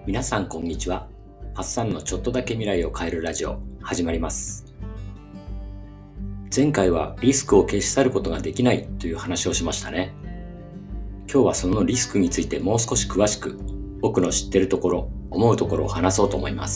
皆さんこんにちは。ハッサンのちょっとだけ未来を変えるラジオ始まります。前回はリスクを消し去ることができないという話をしましたね。今日はそのリスクについてもう少し詳しく僕の知ってるところ、思うところを話そうと思います。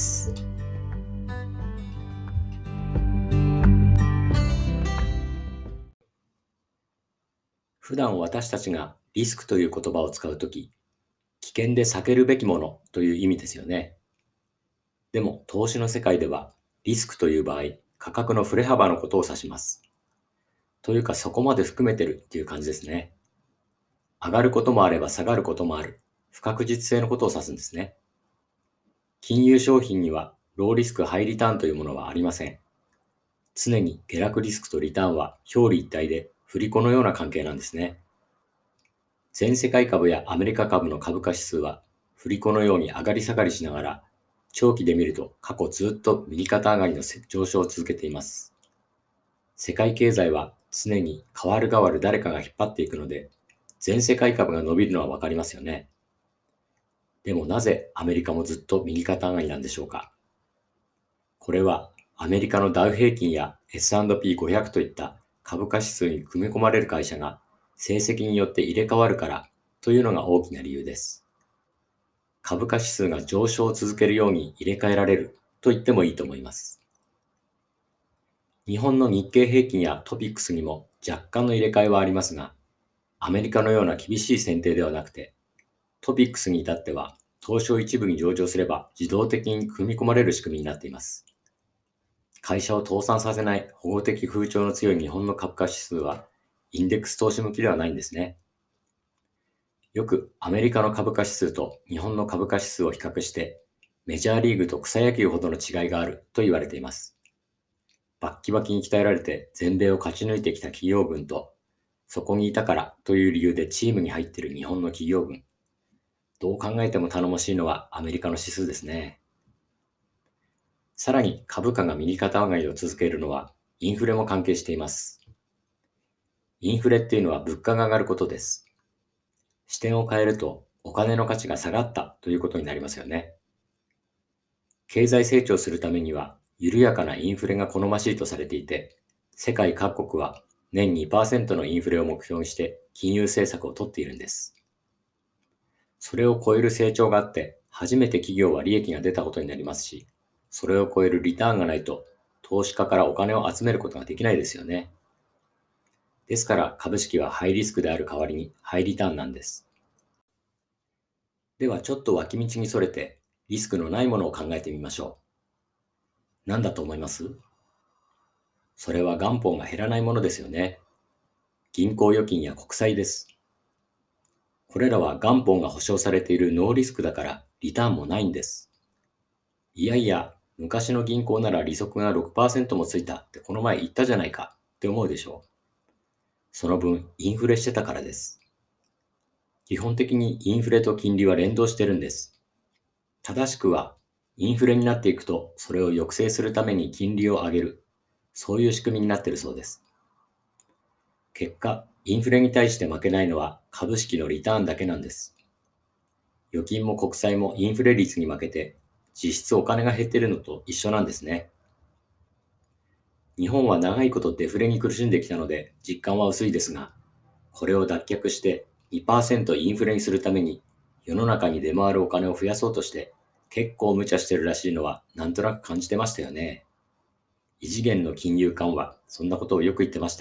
普段私たちがリスクという言葉を使うとき、危険で避けるべきものという意味ですよね。でも投資の世界ではリスクという場合、価格の振れ幅のことを指します。というかそこまで含めてるっていう感じですね。上がることもあれば下がることもある。不確実性のことを指すんですね。金融商品にはローリスクハイリターンというものはありません。常に下落リスクとリターンは表裏一体で振り子のような関係なんですね。全世界株やアメリカ株の株価指数は振り子のように上がり下がりしながら長期で見ると過去ずっと右肩上がりの上昇を続けています。世界経済は常に変わる変わる誰かが引っ張っていくので全世界株が伸びるのはわかりますよね。でもなぜアメリカもずっと右肩上がりなんでしょうか。これはアメリカのダウ平均や S&P500 といった株価指数に組み込まれる会社が成績によって入れ替わるからというのが大きな理由です。株価指数が上昇を続けるように入れ替えられると言ってもいいと思います。日本の日経平均やトピックスにも若干の入れ替えはありますが、アメリカのような厳しい選定ではなくて、トピックスに至っては東証一部に上場すれば自動的に組み込まれる仕組みになっています。会社を倒産させない保護的風潮の強い日本の株価指数はインデックス投資向きではないんですね。よくアメリカの株価指数と日本の株価指数を比較してメジャーリーグと草野球ほどの違いがあると言われています。バッキバキに鍛えられて全米を勝ち抜いてきた企業群とそこにいたからという理由でチームに入っている日本の企業群。どう考えても頼もしいのはアメリカの指数ですね。さらに株価が右肩上がりを続けるのはインフレも関係しています。インフレっていうのは物価が上がることです。視点を変えるとお金の価値が下がったということになりますよね。経済成長するためには緩やかなインフレが好ましいとされていて、世界各国は年2%のインフレを目標にして金融政策をとっているんです。それを超える成長があって初めて企業は利益が出たことになりますし、それを超えるリターンがないと投資家からお金を集めることができないですよね。ですから株式はハイリスクである代わりにハイリターンなんです。ではちょっと脇道にそれてリスクのないものを考えてみましょう。何だと思います？それは元本が減らないものですよね。銀行預金や国債です。これらは元本が保証されているノーリスクだからリターンもないんです。いやいや、昔の銀行なら利息が6%もついたってこの前言ったじゃないかって思うでしょう。その分インフレしてたからです。基本的にインフレと金利は連動してるんです。正しくは、インフレになっていくとそれを抑制するために金利を上げる。そういう仕組みになっているそうです。結果、インフレに対して負けないのは株式のリターンだけなんです。預金も国債もインフレ率に負けて、実質お金が減っているのと一緒なんですね。日本は長いことデフレに苦しんできたので実感は薄いですが、これを脱却して2%インフレにするために世の中に出回るお金を増やそうとして結構無茶してるらしいのはなんとなく感じてましたよね。異次元の金融緩和、そんなことをよく言ってました。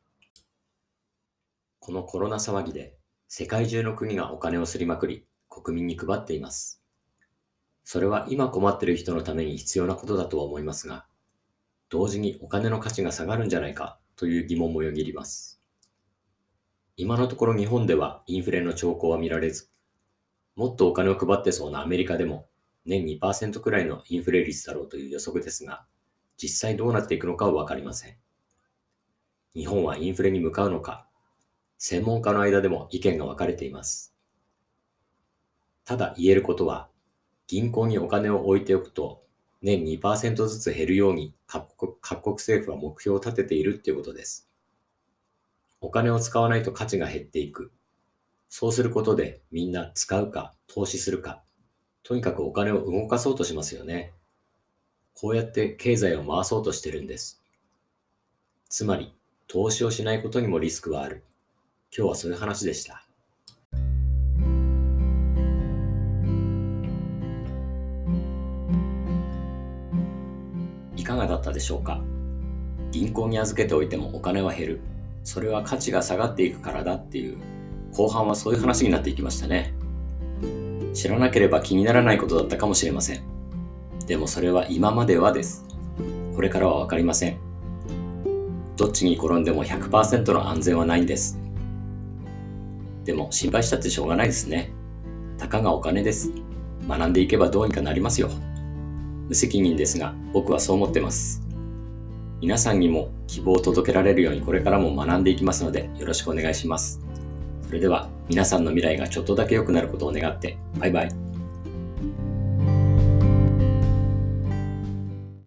このコロナ騒ぎで世界中の国がお金をすりまくり国民に配っています。それは今困っている人のために必要なことだとは思いますが、同時にお金の価値が下がるんじゃないかという疑問もよぎります。今のところ日本ではインフレの兆候は見られず、もっとお金を配ってそうなアメリカでも年2%くらいのインフレ率だろうという予測ですが、実際どうなっていくのかはわかりません。日本はインフレに向かうのか、専門家の間でも意見が分かれています。ただ言えることは、銀行にお金を置いておくと年2%ずつ減るように各国政府は目標を立てているっていうことです。お金を使わないと価値が減っていく。そうすることでみんな使うか投資するか。 とにかくお金を動かそうとしますよね。こうやって経済を回そうとしてるんです。つまり、投資をしないことにもリスクはある。今日はそういう話でした。いかがだったでしょうか。銀行に預けておいてもお金は減る。それは価値が下がっていくからだっていう、後半はそういう話になっていきましたね。知らなければ気にならないことだったかもしれません。でもそれは今まではです。これからはわかりません。どっちに転んでも 100% の安全はないんです。でも心配したってしょうがないですね。たかがお金です。学んでいけばどうにかなりますよ。無責任ですが、僕はそう思ってます。皆さんにも希望を届けられるようにこれからも学んでいきますのでよろしくお願いします。それでは皆さんの未来がちょっとだけ良くなることを願って、バイバイ。